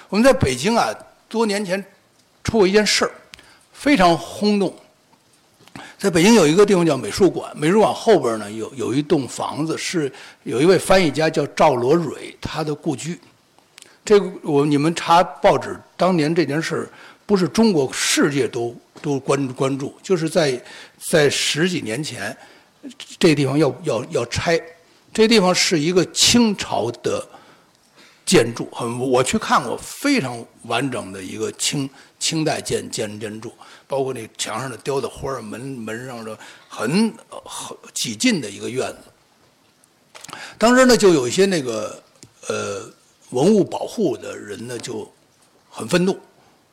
我们在北京啊，多年前出过一件事儿，非常轰动。在北京有一个地方叫美术馆，美术馆后边呢有一栋房子，是有一位翻译家叫赵罗蕊他的故居。这个你们查报纸，当年这件事不是中国，世界都关注，就是在10几年前，这个地方要拆。这个地方是一个清朝的建筑，我去看过，非常完整的一个清代建筑，包括那墙上的雕的花儿，门上的很几进的一个院子。当时呢，就有一些那个文物保护的人呢就很愤怒，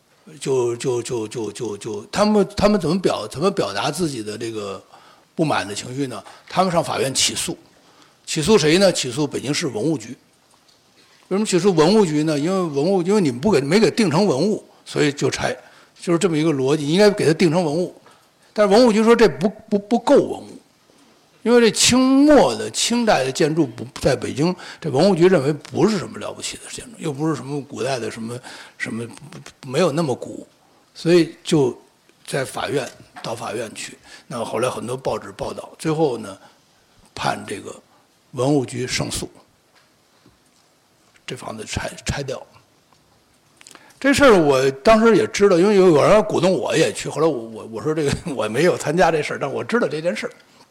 他们怎么表达自己的这个不满的情绪呢？他们上法院起诉谁呢？起诉北京市文物局。为什么起诉文物局呢？因为你们没给定成文物，所以就拆，就是这么一个逻辑，应该给它定成文物。但是文物局说这不够文物，因为这清代的建筑在北京，这文物局认为不是什么了不起的建筑，又不是什么古代的什么没有那么古，所以就到法院去。那么后来很多报纸报道，最后呢判这个文物局胜诉。这房子拆掉，这事儿我当时也知道，因为有人鼓动我也去。后来我说这个我没有参加这事儿，但我知道这件事儿。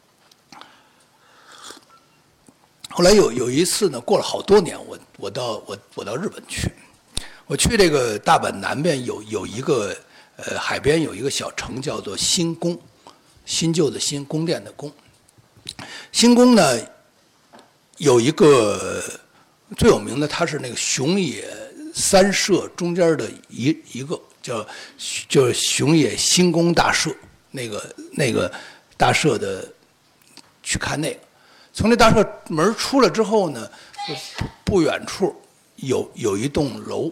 后来有一次呢，过了好多年，我到日本去，我去这个大阪南边有一个海边有一个小城叫做新宫，新旧的新，宫殿的宫。新宫呢有一个。最有名的，它是那个熊野三社中间的一个叫熊野新宫大社，那个大社的去看那个，从那大社门出来之后呢，不远处有一栋楼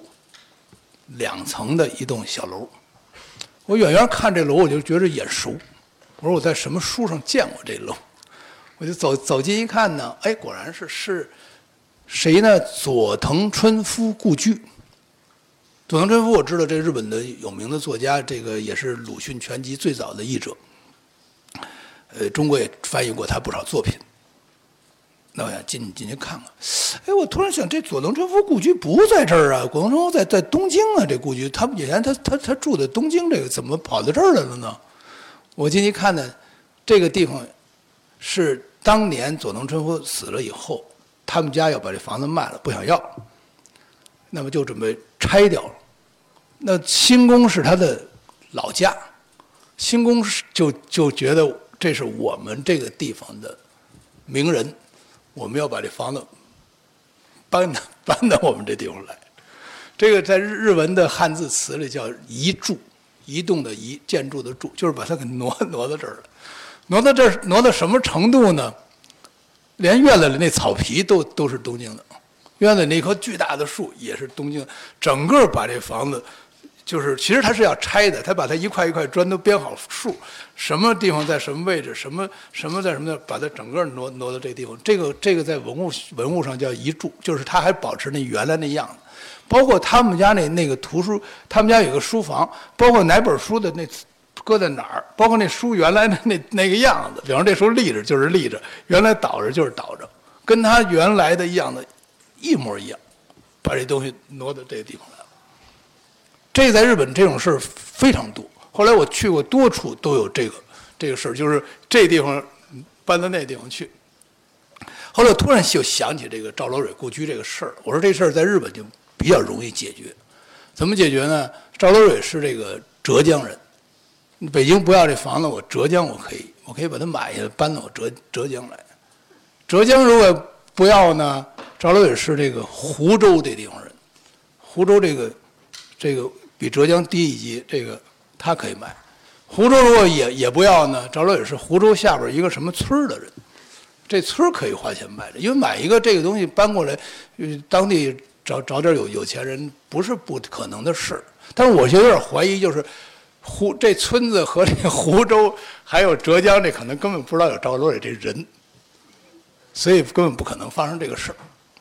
，2层的一栋小楼。我远远看这楼，我就觉得眼熟，我说我在什么书上见过这楼，我就走近一看呢，哎，果然是。谁呢？佐藤春夫故居。佐藤春夫我知道，这日本的有名的作家，这个也是鲁迅全集最早的译者。中国也翻译过他不少作品。那我想进去看看。哎，我突然想，这佐藤春夫故居不在这儿啊，佐藤春夫在东京啊，这故居。他以前他住在东京，这个怎么跑到这儿来了呢？我进去看呢，这个地方是当年佐藤春夫死了以后。他们家要把这房子卖了，不想要，那么就准备拆掉了。那新宫是他的老家，新宫就觉得这是我们这个地方的名人，我们要把这房子搬到我们这地方来。这个在日文的汉字词里叫移筑，移动的移，建筑的筑，就是把它给挪到这儿了。挪到什么程度呢？连院子里那草皮都是东京的，院子里那棵巨大的树也是东京，整个把这房子，就是其实他是要拆的，他把它一块一块砖都编好数，什么地方在什么位置，什么在什么，把它整个挪到这个地方。这个在文物上叫移筑，就是他还保持那原来那样子，包括他们家那个图书，他们家有个书房，包括哪本书的那。搁在哪儿？包括那书原来的那个样子，比方说这书立着就是立着，原来倒着就是倒着，跟它原来的样子一模一样，把这东西挪到这个地方来了。这在日本这种事儿非常多。后来我去过多处都有这个事儿，就是这地方搬到那地方去。后来我突然就想起这个赵罗蕊故居这个事儿，我说这事儿在日本就比较容易解决，怎么解决呢？赵罗蕊是这个浙江人。北京不要这房子，我浙江我可以把它买下来搬到我浙江来。浙江如果不要呢，赵罗蕊是这个湖州这地方人，湖州这个比浙江低一级，这个他可以买。湖州如果也不要呢，赵罗蕊是湖州下边一个什么村的人，这村可以花钱买的，因为买一个这个东西搬过来，当地找点有钱人不是不可能的事。但是我就有点怀疑，就是这村子和这湖州还有浙江，这可能根本不知道有赵罗蕊这人，所以根本不可能发生这个事儿。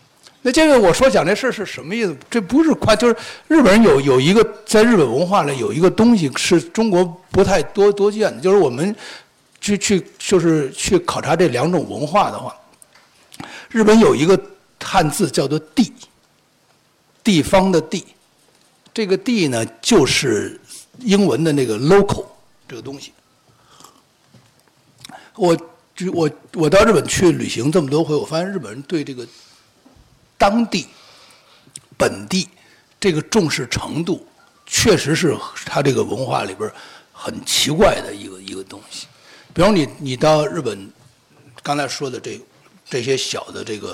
那这个我说讲这事是什么意思？这不是夸，就是日本人有一个在日本文化里有一个东西是中国不太多见的，就是我们就是去考察这两种文化的话，日本有一个汉字叫做地，地方的地，这个地呢就是英文的那个 local 这个东西。我到日本去旅行这么多回，我发现日本人对这个当地、本地这个重视程度，确实是他这个文化里边很奇怪的一个东西。比方你到日本，刚才说的这些小的这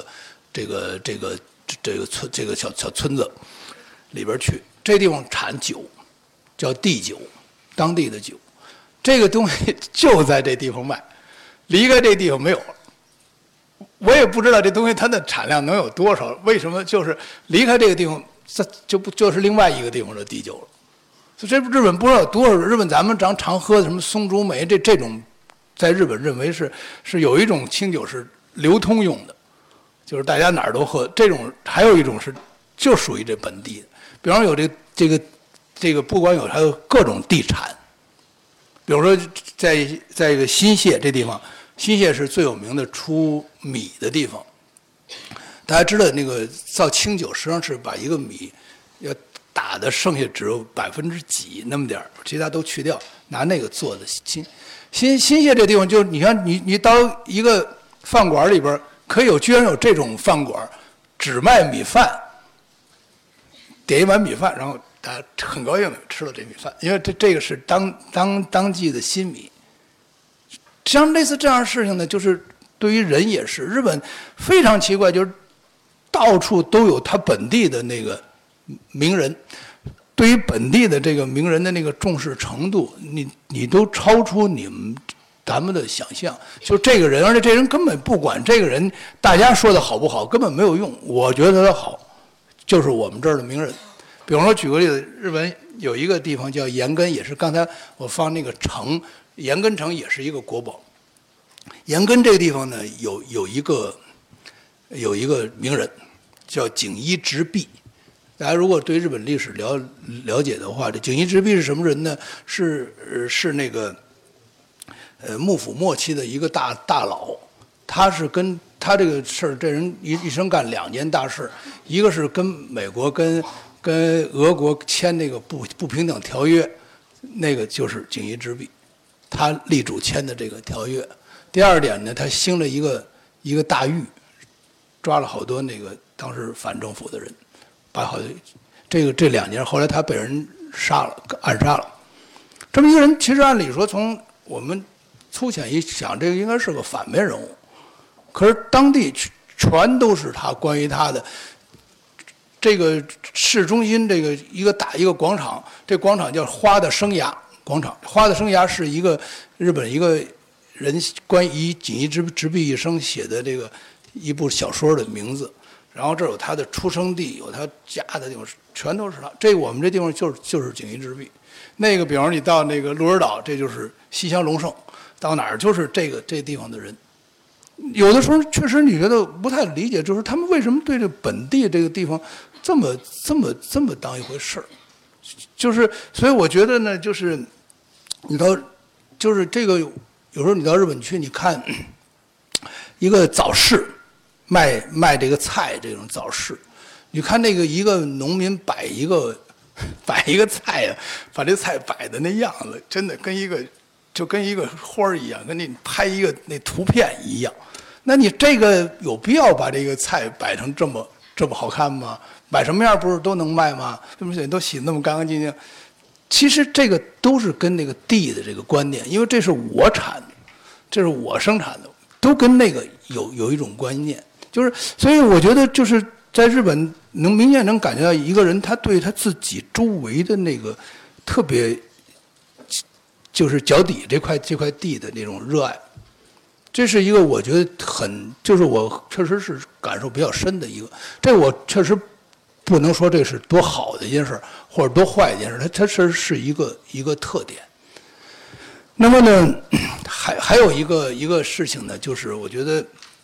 个小村子里边去，这地方产酒，叫地酒，当地的酒，这个东西就在这地方卖，离开这地方没有了。我也不知道这东西它的产量能有多少，为什么就是离开这个地方，就是另外一个地方的地酒了。所以这日本不知道有多少，日本咱们常喝的什么松竹梅这种，在日本认为是有一种清酒是流通用的，就是大家哪儿都喝。这种还有一种是就属于这本地的，比方有这个不光有，还有各种地产，比如说在一个新泻这地方。新泻是最有名的出米的地方，大家知道那个造清酒实际上是把一个米要打的剩下只有几%那么点儿，其他都去掉，拿那个做的新泻这地方，就你看你到一个饭馆里边，居然有这种饭馆，只卖米饭，点一碗米饭，然后大家很高兴的吃了这米饭，因为这个是当季的新米。像类似这样的事情呢，就是对于人也是，日本非常奇怪，就是到处都有他本地的那个名人，对于本地的这个名人的那个重视程度，你都超出咱们的想象。就这个人，而且这人根本不管这个人大家说的好不好，根本没有用。我觉得他好，就是我们这儿的名人。比方说举个例子，日本有一个地方叫岩根，也是刚才我放那个城。岩根城也是一个国宝。岩根这个地方呢，有一个名人叫锦衣直弼。大家如果对日本历史了解的话，这锦衣直弼是什么人呢？是那个幕府末期的一个大佬。他是跟他这个事儿，这人一生干2件大事，一个是跟美国跟俄国签那个不平等条约，那个就是锦衣直弼。他力主签的这个条约。第二点呢，他兴了一个大狱，抓了好多那个当时反政府的人，把好这2年，后来他被人暗杀了。这么一个人，其实按理说从我们粗浅一想，这个应该是个反面人物，可是当地全都是他关于他的这个市中心这个一个广场，这广场叫花的生涯。广场花的生涯是一个日本一个人关于锦衣直弼一生写的这个一部小说的名字，然后这有他的出生地，有他家的地方，全都是他。我们这地方就是锦衣直弼。那个比方你到那个鹿儿岛，这就是西乡隆盛，到哪儿就是这地方的人。有的时候确实你觉得不太理解，就是他们为什么对这本地这个地方这么当一回事儿，就是所以我觉得呢，就是就是这个有时候你到日本去，你看一个早市卖这个菜，这种早市，你看那个一个农民摆一个菜啊，把这菜摆的那样子，真的跟一个花儿一样，跟你拍一个那图片一样。那你这个有必要把这个菜摆成这么好看吗？摆什么样不是都能卖吗？对不对？都洗那么干干净净。其实这个都是跟那个地的这个观念，因为这是我产的，这是我生产的，都跟那个有一种观念。就是所以我觉得就是在日本明显能感觉到一个人他对他自己周围的那个特别就是脚底这块地的那种热爱。这是一个我觉得就是我确实是感受比较深的一个，这我确实不能说这是多好的一件事或者多坏的一件事，它确实是一个特点。那么呢，还有一个事情呢，就是我觉得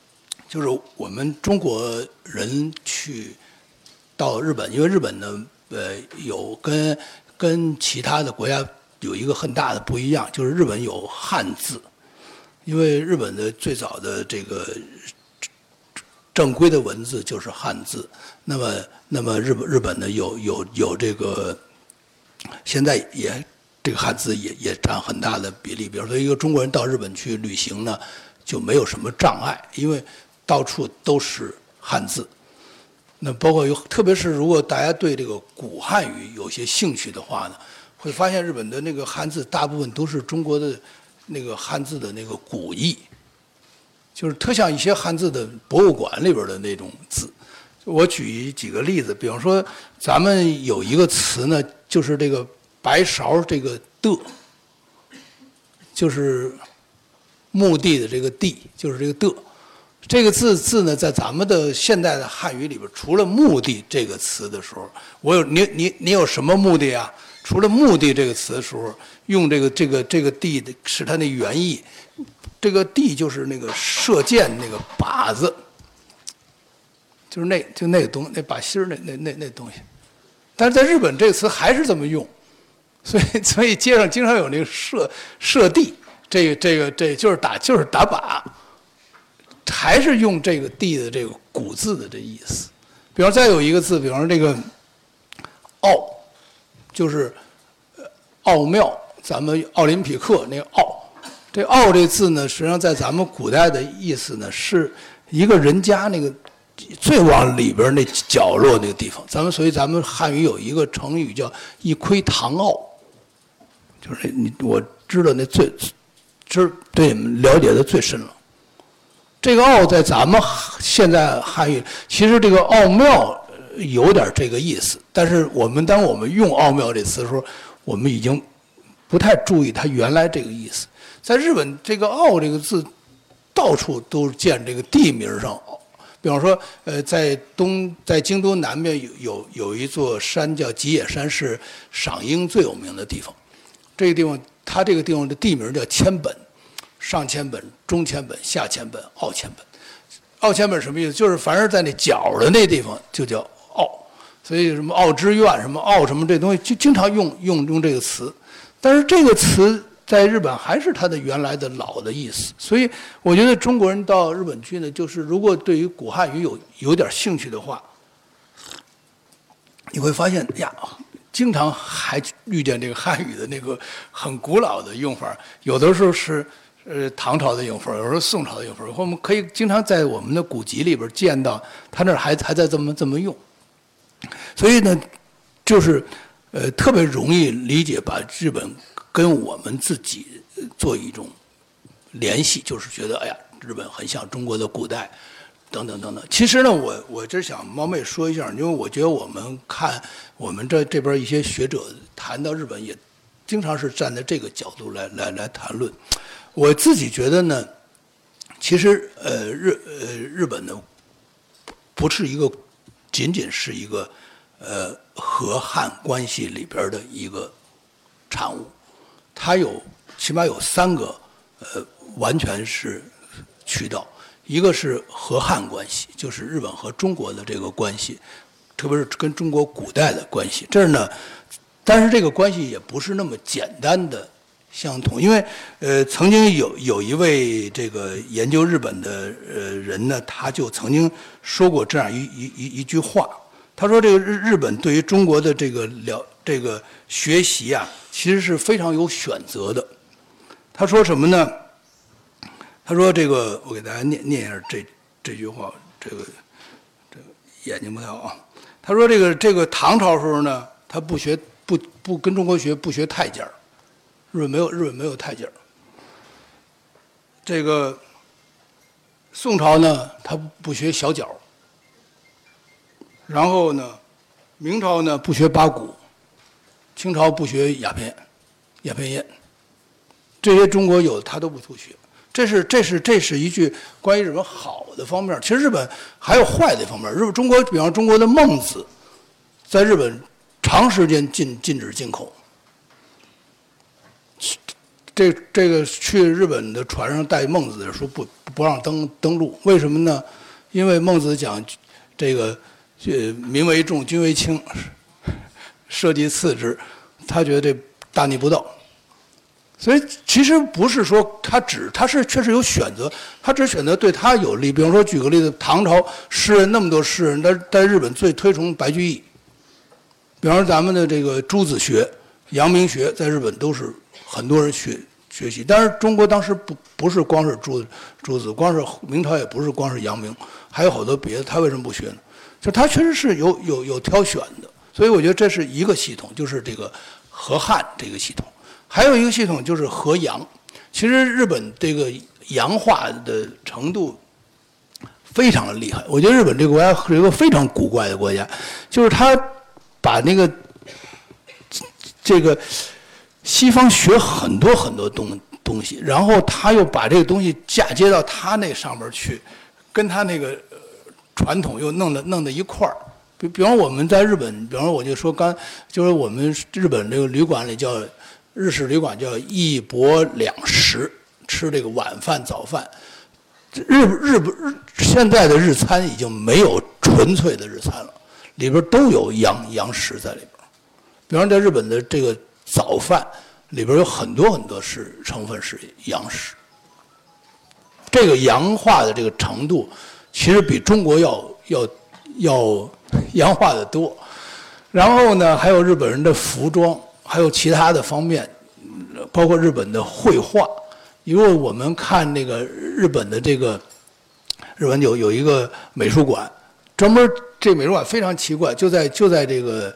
就是我们中国人到日本，因为日本呢，有跟其他的国家有一个很大的不一样，就是日本有汉字，因为日本的最早的这个正规的文字就是汉字。那么日本呢有这个，现在也这个汉字也占很大的比例。比如说一个中国人到日本去旅行呢，就没有什么障碍，因为到处都是汉字。那包括特别是如果大家对这个古汉语有些兴趣的话呢，会发现日本的那个汉字大部分都是中国的那个汉字的那个古义，就是特像一些汉字的博物馆里边的那种字。我举几个例子，比方说咱们有一个词呢，就是这个白勺这个的，就是墓地的这个地，就是这个的。这个字呢，在咱们的现代的汉语里边，除了墓地这个词的时候，你有什么目的啊？除了墓地这个词的时候，用这个地的是它那原意，这个地就是那个射箭那个靶子，就是那个东西，那靶心儿那东西。但是在日本这个词还是这么用，所以街上经常有那个射地，这就是打靶。还是用这个地的这个古字的这意思。比方再有一个字，比方说这个奥，就是奥妙，咱们奥林匹克那个奥。这奥这字呢，实际上在咱们古代的意思呢，是一个人家那个最往里边那角落那个地方。所以咱们汉语有一个成语叫一窥堂奥，就是我知道那对你们了解的最深了。这个奥在咱们现在汉语，其实这个奥妙有点这个意思，但是当我们用奥妙这词的时候，我们已经不太注意它原来这个意思。在日本，这个奥这个字到处都见这个地名上，比方说，在京都南面有一座山叫吉野山，是赏樱最有名的地方。这个地方，它这个地方的地名叫千本。上千本、中千本、下千本、奥千本。奥千本什么意思？就是凡是在那角的那地方就叫奥，所以什么奥之院、什么奥什么这东西，就经常用这个词。但是这个词在日本还是它的原来的老的意思。所以我觉得中国人到日本去呢，就是如果对于古汉语有点兴趣的话，你会发现呀，经常还遇见这个汉语的那个很古老的用法，有的时候是。唐朝的用法，有时候宋朝的用法，我们可以经常在我们的古籍里边见到，他那还在这么用。所以呢，就是特别容易理解，把日本跟我们自己做一种联系，就是觉得哎呀，日本很像中国的古代，等等等等。其实呢，我这想冒昧说一下，因为我觉得我们看我们这边一些学者谈到日本，也经常是站在这个角度来谈论。我自己觉得呢，其实日本呢不是仅仅是一个和汉关系里边的一个产物，它起码有3个完全是渠道，一个是和汉关系，就是日本和中国的这个关系，特别是跟中国古代的关系。这儿呢，但是这个关系也不是那么简单的。相同，因为曾经有一位这个研究日本的人呢，他就曾经说过这样一句话，他说这个日本对于中国的这个学习啊，其实是非常有选择的。他说什么呢？他说这个，我给大家念一下这句话，这个眼睛不太好啊。他说这个唐朝时候呢，他不跟中国学，不学太监。日本没有太监。这个宋朝呢，他不学小脚。然后呢，明朝呢不学八股，清朝不学鸦片烟，这些中国有他都不学。这是一句关于日本好的方面。其实日本还有坏的方面。比方中国的孟子，在日本长时间禁止进口。 这个去日本的船上带孟子的说不让登陆，为什么呢？因为孟子讲这个民为重，君为轻，社稷次之，他觉得这大逆不道。所以其实不是说他是确实有选择，他只选择对他有利。比方说举个例子，唐朝诗人那么多诗人，在日本最推崇白居易。比方说咱们的这个朱子学、阳明学，在日本都是很多人学习。但是中国当时不是光是朱子，光是明朝也不是光是阳明，还有好多别的。他为什么不学呢？就他确实是有挑选的。所以我觉得这是一个系统，就是这个和汉这个系统。还有一个系统就是和洋。其实日本这个洋化的程度非常的厉害。我觉得日本这个国家是一个非常古怪的国家，就是他把这个西方学很多很多东西，然后他又把这个东西嫁接到他那上面去，跟他那个传统又弄到一块儿。比方我们在日本，比方说我就说就是我们日本这个旅馆里叫日式旅馆叫一泊两食，吃这个晚饭早饭。现在的日餐已经没有纯粹的日餐了，里边都有洋食在里边。比方在日本的这个早饭里边有很多很多成分是洋食。这个洋化的这个程度，其实比中国要洋化的多。然后呢，还有日本人的服装，还有其他的方面，包括日本的绘画。因为我们看那个日本有一个美术馆，专门这美术馆非常奇怪，就在这个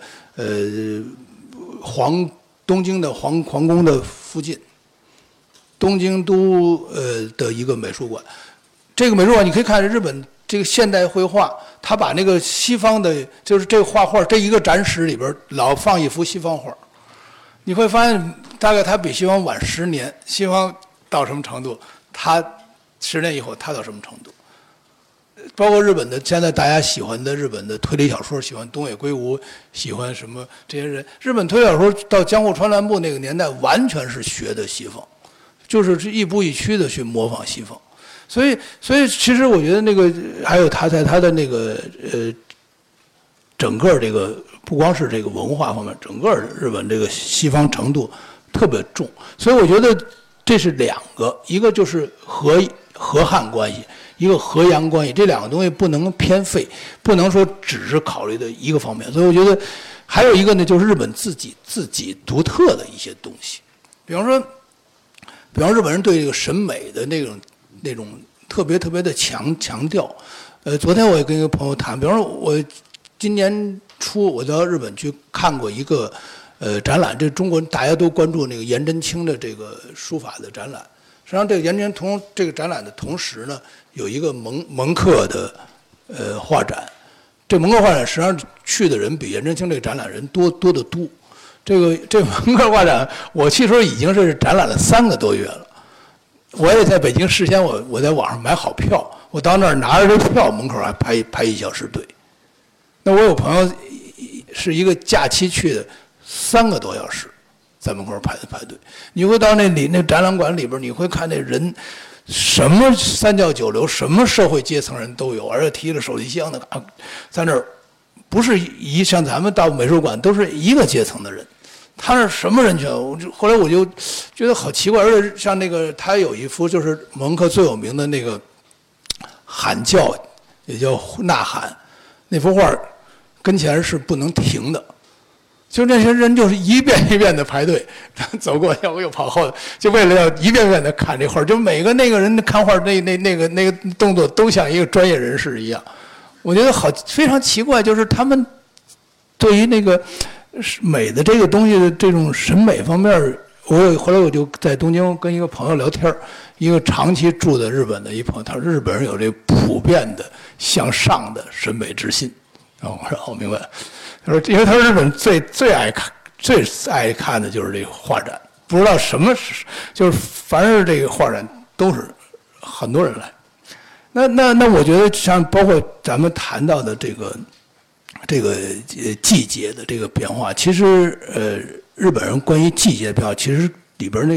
东京的皇宫的附近，东京都的一个美术馆。这个美术馆你可以看日本这个现代绘画，他把那个西方的，就是这个画这一个展室里边老放一幅西方画，你会发现大概他比西方晚10年，西方到什么程度，他10年以后他到什么程度。包括日本的现在大家喜欢的日本的推理小说，喜欢东野圭吾，喜欢什么这些人，日本推理小说到江户川乱步那个年代完全是学的西方，就是亦步亦趋的去模仿西方。所以其实我觉得那个还有他在他的那个整个这个不光是这个文化方面，整个日本这个西方程度特别重。所以我觉得这是两个，一个就是和汉关系，一个和洋关系，这两个东西不能偏废，不能说只是考虑的一个方面。所以我觉得还有一个呢，就是日本自己独特的一些东西，比方日本人对这个审美的那种特别的强调。昨天我也跟一个朋友谈，比方说我今年初我到日本去看过一个展览，这中国大家都关注那个颜真卿的这个书法的展览。实际上，这个颜真卿这个展览的同时呢，有一个蒙克的画展。这蒙克画展实际上去的人比颜真卿这个展览人多得多。这个蒙克画展，我去的时候已经是展览了3个多月了。我也在北京事先我在网上买好票，我到那儿拿着这票，门口还排1小时队。那我有朋友是一个假期去的，3个多小时在门口排队。你会到那展览馆里边，你会看那人什么三教九流，什么社会阶层人都有，而且提着手提箱的在那儿，不是像咱们到美术馆都是一个阶层的人。他是什么人群？后来我就觉得好奇怪，而且像那个他有一幅就是蒙克最有名的那个喊叫，也叫呐喊，那幅画跟前是不能停的，就那些人就是一遍一遍的排队，走过又跑后，就为了要一遍遍的看这画，就每个那个人看画那个动作都像一个专业人士一样。我觉得非常奇怪，就是他们对于那个美的这个东西的这种审美方面，后来我就在东京跟一个朋友聊天，一个长期住在日本的一朋友，他说日本人有这普遍的向上的审美之心。我说我明白了，他说因为他说日本最爱看的就是这个画展，不知道什么就是凡是这个画展都是很多人来。那我觉得像包括咱们谈到的这个季节的这个变化，其实日本人关于季节的变化，其实里边那个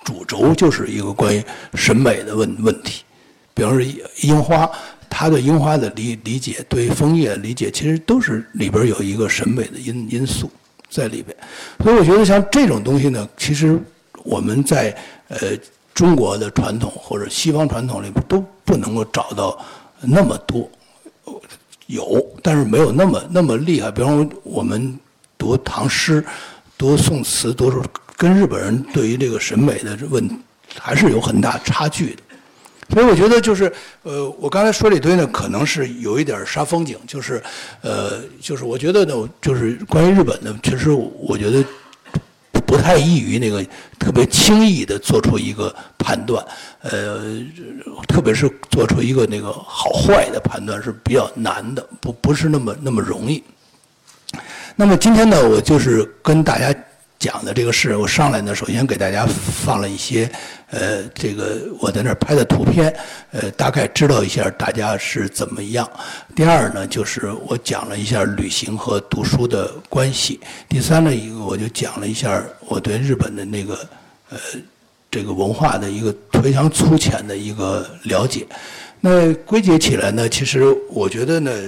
主轴就是一个关于审美的问题。比方说樱花，他对樱花的理解，对枫叶的理解，其实都是里边有一个审美的因素在里边。所以我觉得像这种东西呢，其实我们在中国的传统或者西方传统里边都不能够找到那么多，有，但是没有那么厉害。比方说我们读唐诗、读宋词，读书跟日本人对于这个审美的还是有很大差距的。所以我觉得就是我刚才说这堆呢，可能是有一点杀风景，就是我觉得呢，就是关于日本呢，其实我觉得不太易于那个特别轻易的做出一个判断，特别是做出一个那个好坏的判断是比较难的，不是那么容易。那么今天呢，我就是跟大家讲的这个事，我上来呢，首先给大家放了一些这个我在那儿拍的图片，大概知道一下大家是怎么样。第二呢，就是我讲了一下旅行和读书的关系。第三呢，我就讲了一下我对日本的那个这个文化的一个非常粗浅的一个了解。那归结起来呢，其实我觉得呢，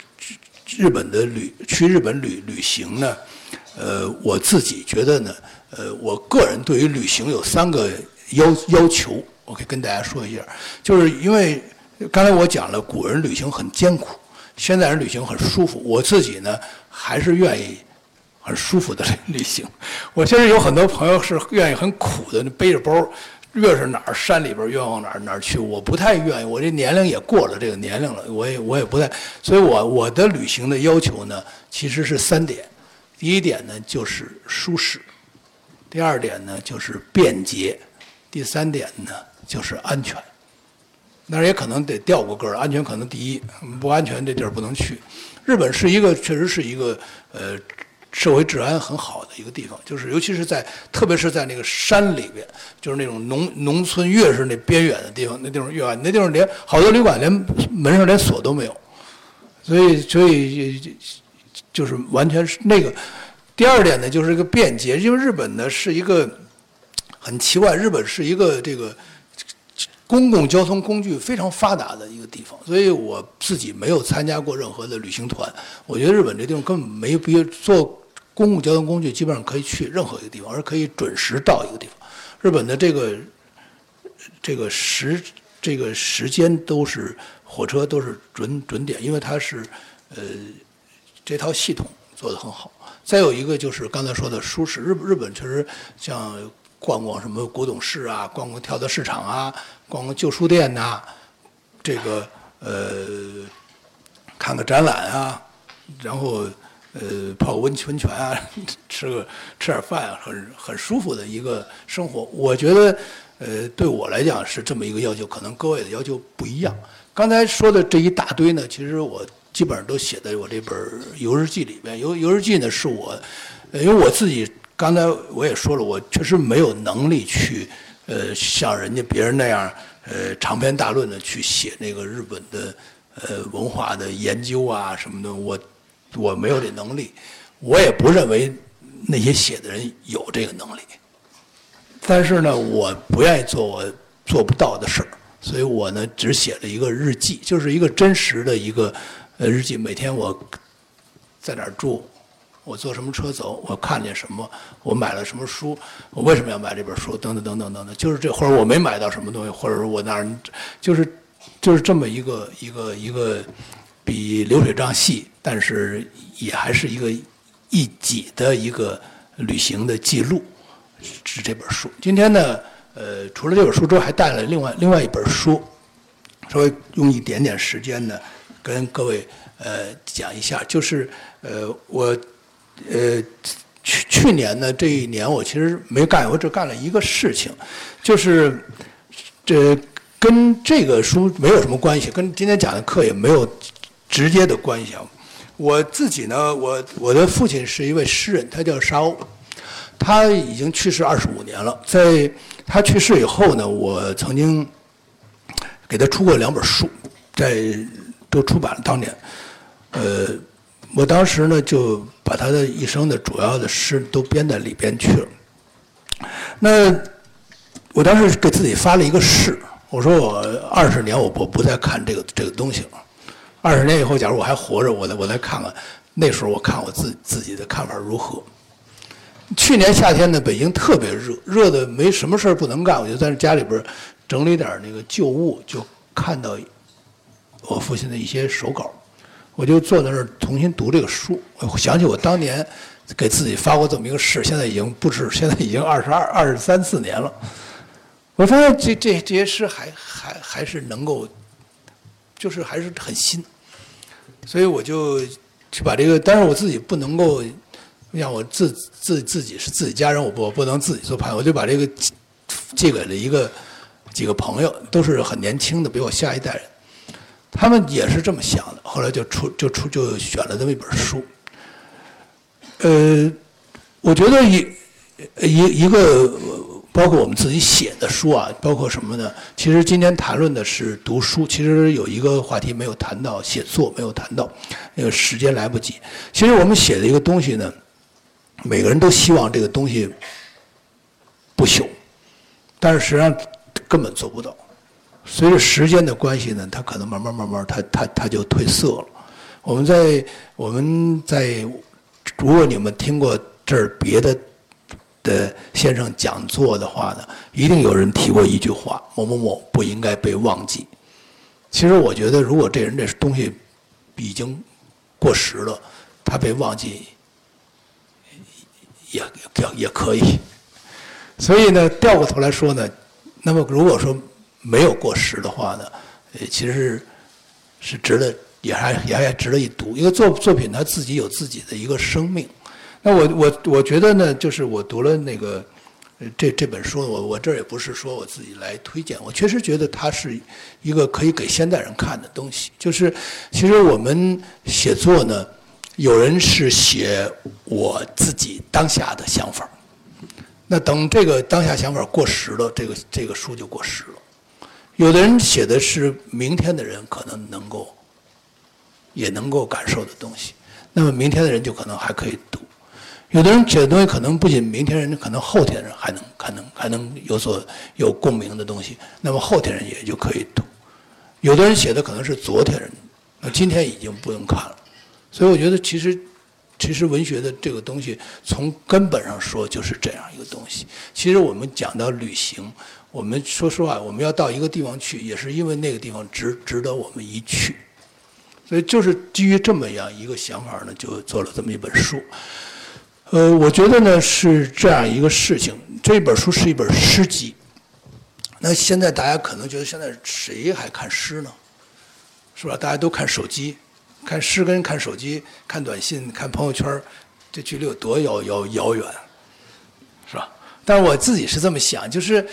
去日本旅行呢。我自己觉得呢，我个人对于旅行有3个要求，我可以跟大家说一下。就是因为刚才我讲了，古人旅行很艰苦，现代人旅行很舒服。我自己呢，还是愿意很舒服的旅行。我现在有很多朋友是愿意很苦的，背着包，越是哪儿山里边越往哪儿去。我不太愿意，我这年龄也过了这个年龄了，我也不太。所以我的旅行的要求呢，其实是3点。第一点呢就是舒适，第二点呢就是便捷，第3点呢就是安全。当然也可能得调过个儿，安全可能第一，不安全这地儿不能去。日本是确实是一个社会治安很好的一个地方，就是尤其是特别是在那个山里边，就是那种农村，越是那边远的地方，那地方越暗，那地方好多旅馆连门上连锁都没有，所以就是完全是那个。第二点呢，就是一个便捷，因为日本呢是一个很奇怪，日本是一个这个公共交通工具非常发达的一个地方，所以我自己没有参加过任何的旅行团。我觉得日本这地方根本没必要坐公共交通工具，基本上可以去任何一个地方，而可以准时到一个地方。日本的这个时间都是火车都是准点，因为它是这套系统做得很好。再有一个就是刚才说的舒适，日本确实像逛什么古董市啊，逛跳蚤市场啊，逛旧书店呐，这个看个展览啊，然后泡个温泉啊，吃点饭啊，很舒服的一个生活。我觉得对我来讲是这么一个要求，可能各位的要求不一样。刚才说的这一大堆呢，其实我基本上都写在我这本游日记里边。游日记呢是我，因为我自己刚才我也说了，我确实没有能力去像别人那样长篇大论的去写那个日本的文化的研究啊什么的，我没有这能力，我也不认为那些写的人有这个能力。但是呢，我不愿意做我做不到的事儿，所以我呢只写了一个日记，就是一个真实的一个日记。每天我在哪儿住，我坐什么车走，我看见什么，我买了什么书，我为什么要买这本书，等等等等等等，就是这，或者我没买到什么东西，或者是我那儿就是这么一个比流水账细，但是也还是一个一己的一个旅行的记录，是这本书。今天呢，除了这本书之外，还带了另外一本书，稍微用一点点时间呢，跟各位讲一下，就是我去年呢这一年我其实没干，我只干了一个事情，就是跟这个书没有什么关系，跟今天讲的课也没有直接的关系啊。我自己呢，我的父亲是一位诗人，他叫沙鸥，他已经去世25年了。在他去世以后呢，我曾经给他出过2本书，都出版了。当年，我当时呢就把他的一生的主要的诗都编在里边去了。那我当时给自己发了一个誓，我说我20年我不再看这个东西了。20年以后，假如我还活着，我再看看，那时候我看我自己的看法如何。去年夏天呢，北京特别热，热的没什么事儿不能干，我就在家里边整理点那个旧物，就看到我父亲的一些手稿，我就坐在那儿重新读这个书。我想起我当年给自己发过这么一个誓，现在已经不止，现在已经23、24年了。我发现这些诗还是能够，就是还是很新，所以我就去把这个，但是我自己不能够，像我自己是自己家人，我不能自己做判断，我就把这个寄给了几个朋友，都是很年轻的，比我下一代人，他们也是这么想的，后来就选了这么一本书。我觉得一个。包括我们自己写的书啊，包括什么呢？其实今天谈论的是读书，其实有一个话题没有谈到，写作没有谈到，那个时间来不及。其实我们写的一个东西呢，每个人都希望这个东西不朽，但是实际上根本做不到。随着时间的关系呢，它可能慢慢它就褪色了。我们在，如果你们听过这儿别的先生讲座的话呢，一定有人提过一句话：某某某不应该被忘记。其实我觉得，如果这人这东西已经过时了，他被忘记也可以。所以呢，掉过头来说呢，那么如果说没有过时的话呢，其实是值得，也还值得一读。一个作品，它自己有自己的一个生命。那我觉得呢，就是我读了那个这本书，我这儿也不是说我自己来推荐，我确实觉得它是一个可以给现代人看的东西。就是其实我们写作呢，有人是写我自己当下的想法，那等这个当下想法过时了，这个书就过时了。有的人写的是明天的人可能也能够感受的东西，那么明天的人就可能还可以读。有的人写的东西可能不仅明天人，可能后天人还能有共鸣的东西，那么后天人也就可以读。有的人写的可能是昨天人，那今天已经不用看了。所以我觉得其实文学的这个东西从根本上说就是这样一个东西。其实我们讲到旅行，我们说实话，我们要到一个地方去，也是因为那个地方值得我们一去。所以就是基于这么样一个想法呢，就做了这么一本书。我觉得呢是这样一个事情，这本书是一本诗集。那现在大家可能觉得，现在谁还看诗呢？是吧？大家都看手机，看诗跟看手机、看短信、看朋友圈，这距离有多遥远，是吧？但是我自己是这么想，就是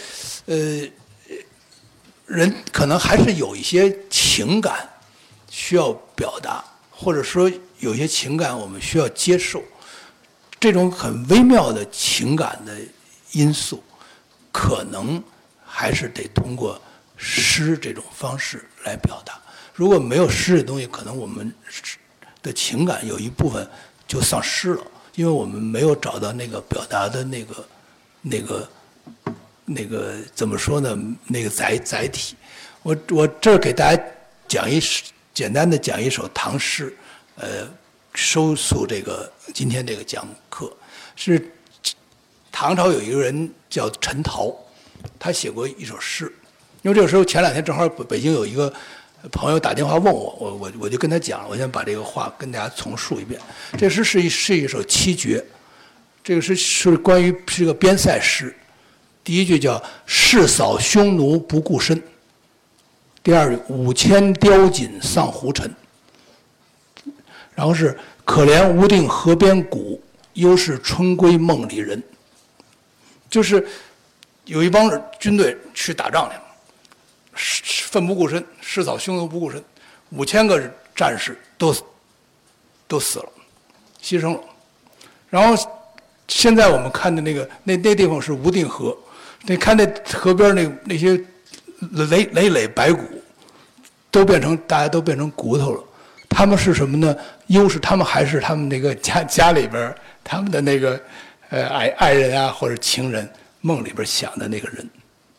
人可能还是有一些情感需要表达，或者说有些情感我们需要接受。这种很微妙的情感的因素，可能还是得通过诗这种方式来表达。如果没有诗的东西，可能我们的情感有一部分就丧失了，因为我们没有找到那个表达的那个怎么说呢？那个载体。我这儿给大家简单的讲一首唐诗，收束今天这个讲课。是唐朝有一个人叫陈陶，他写过一首诗。因为这个时候前2天正好北京有一个朋友打电话问我就跟他讲，我先把这个话跟大家重述一遍。这诗是一首七绝，这个诗是关于是个边塞诗。第一句叫“誓扫匈奴不顾身”，第二句“5000貂锦丧胡尘”，然后是“可怜无定河边骨，犹是春归梦里人”。就是有一帮军队去打仗去了，奋不顾身，誓扫匈奴不顾身，5000个战士都死了，牺牲了。然后现在我们看的那地方是无定河，你看那河边那些累白骨，大家都变成骨头了。他们是什么呢？他们还是他们那个家里边他们的那个爱人啊或者情人梦里边想的那个人。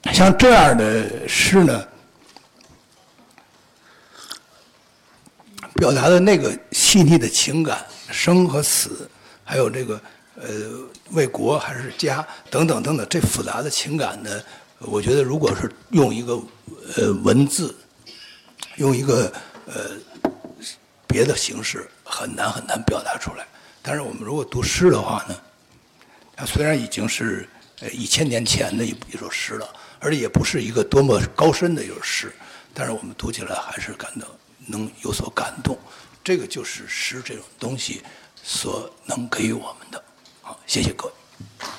像这样的诗呢，表达的那个细腻的情感，生和死，还有这个为国还是家等等等等，这复杂的情感呢，我觉得如果是用一个文字，用一个别的形式，很难表达出来。但是我们如果读诗的话呢，它虽然已经是1000年前的一首诗了，而且也不是一个多么高深的一首诗，但是我们读起来还是感到能有所感动。这个就是诗这种东西所能给予我们的。好，谢谢各位。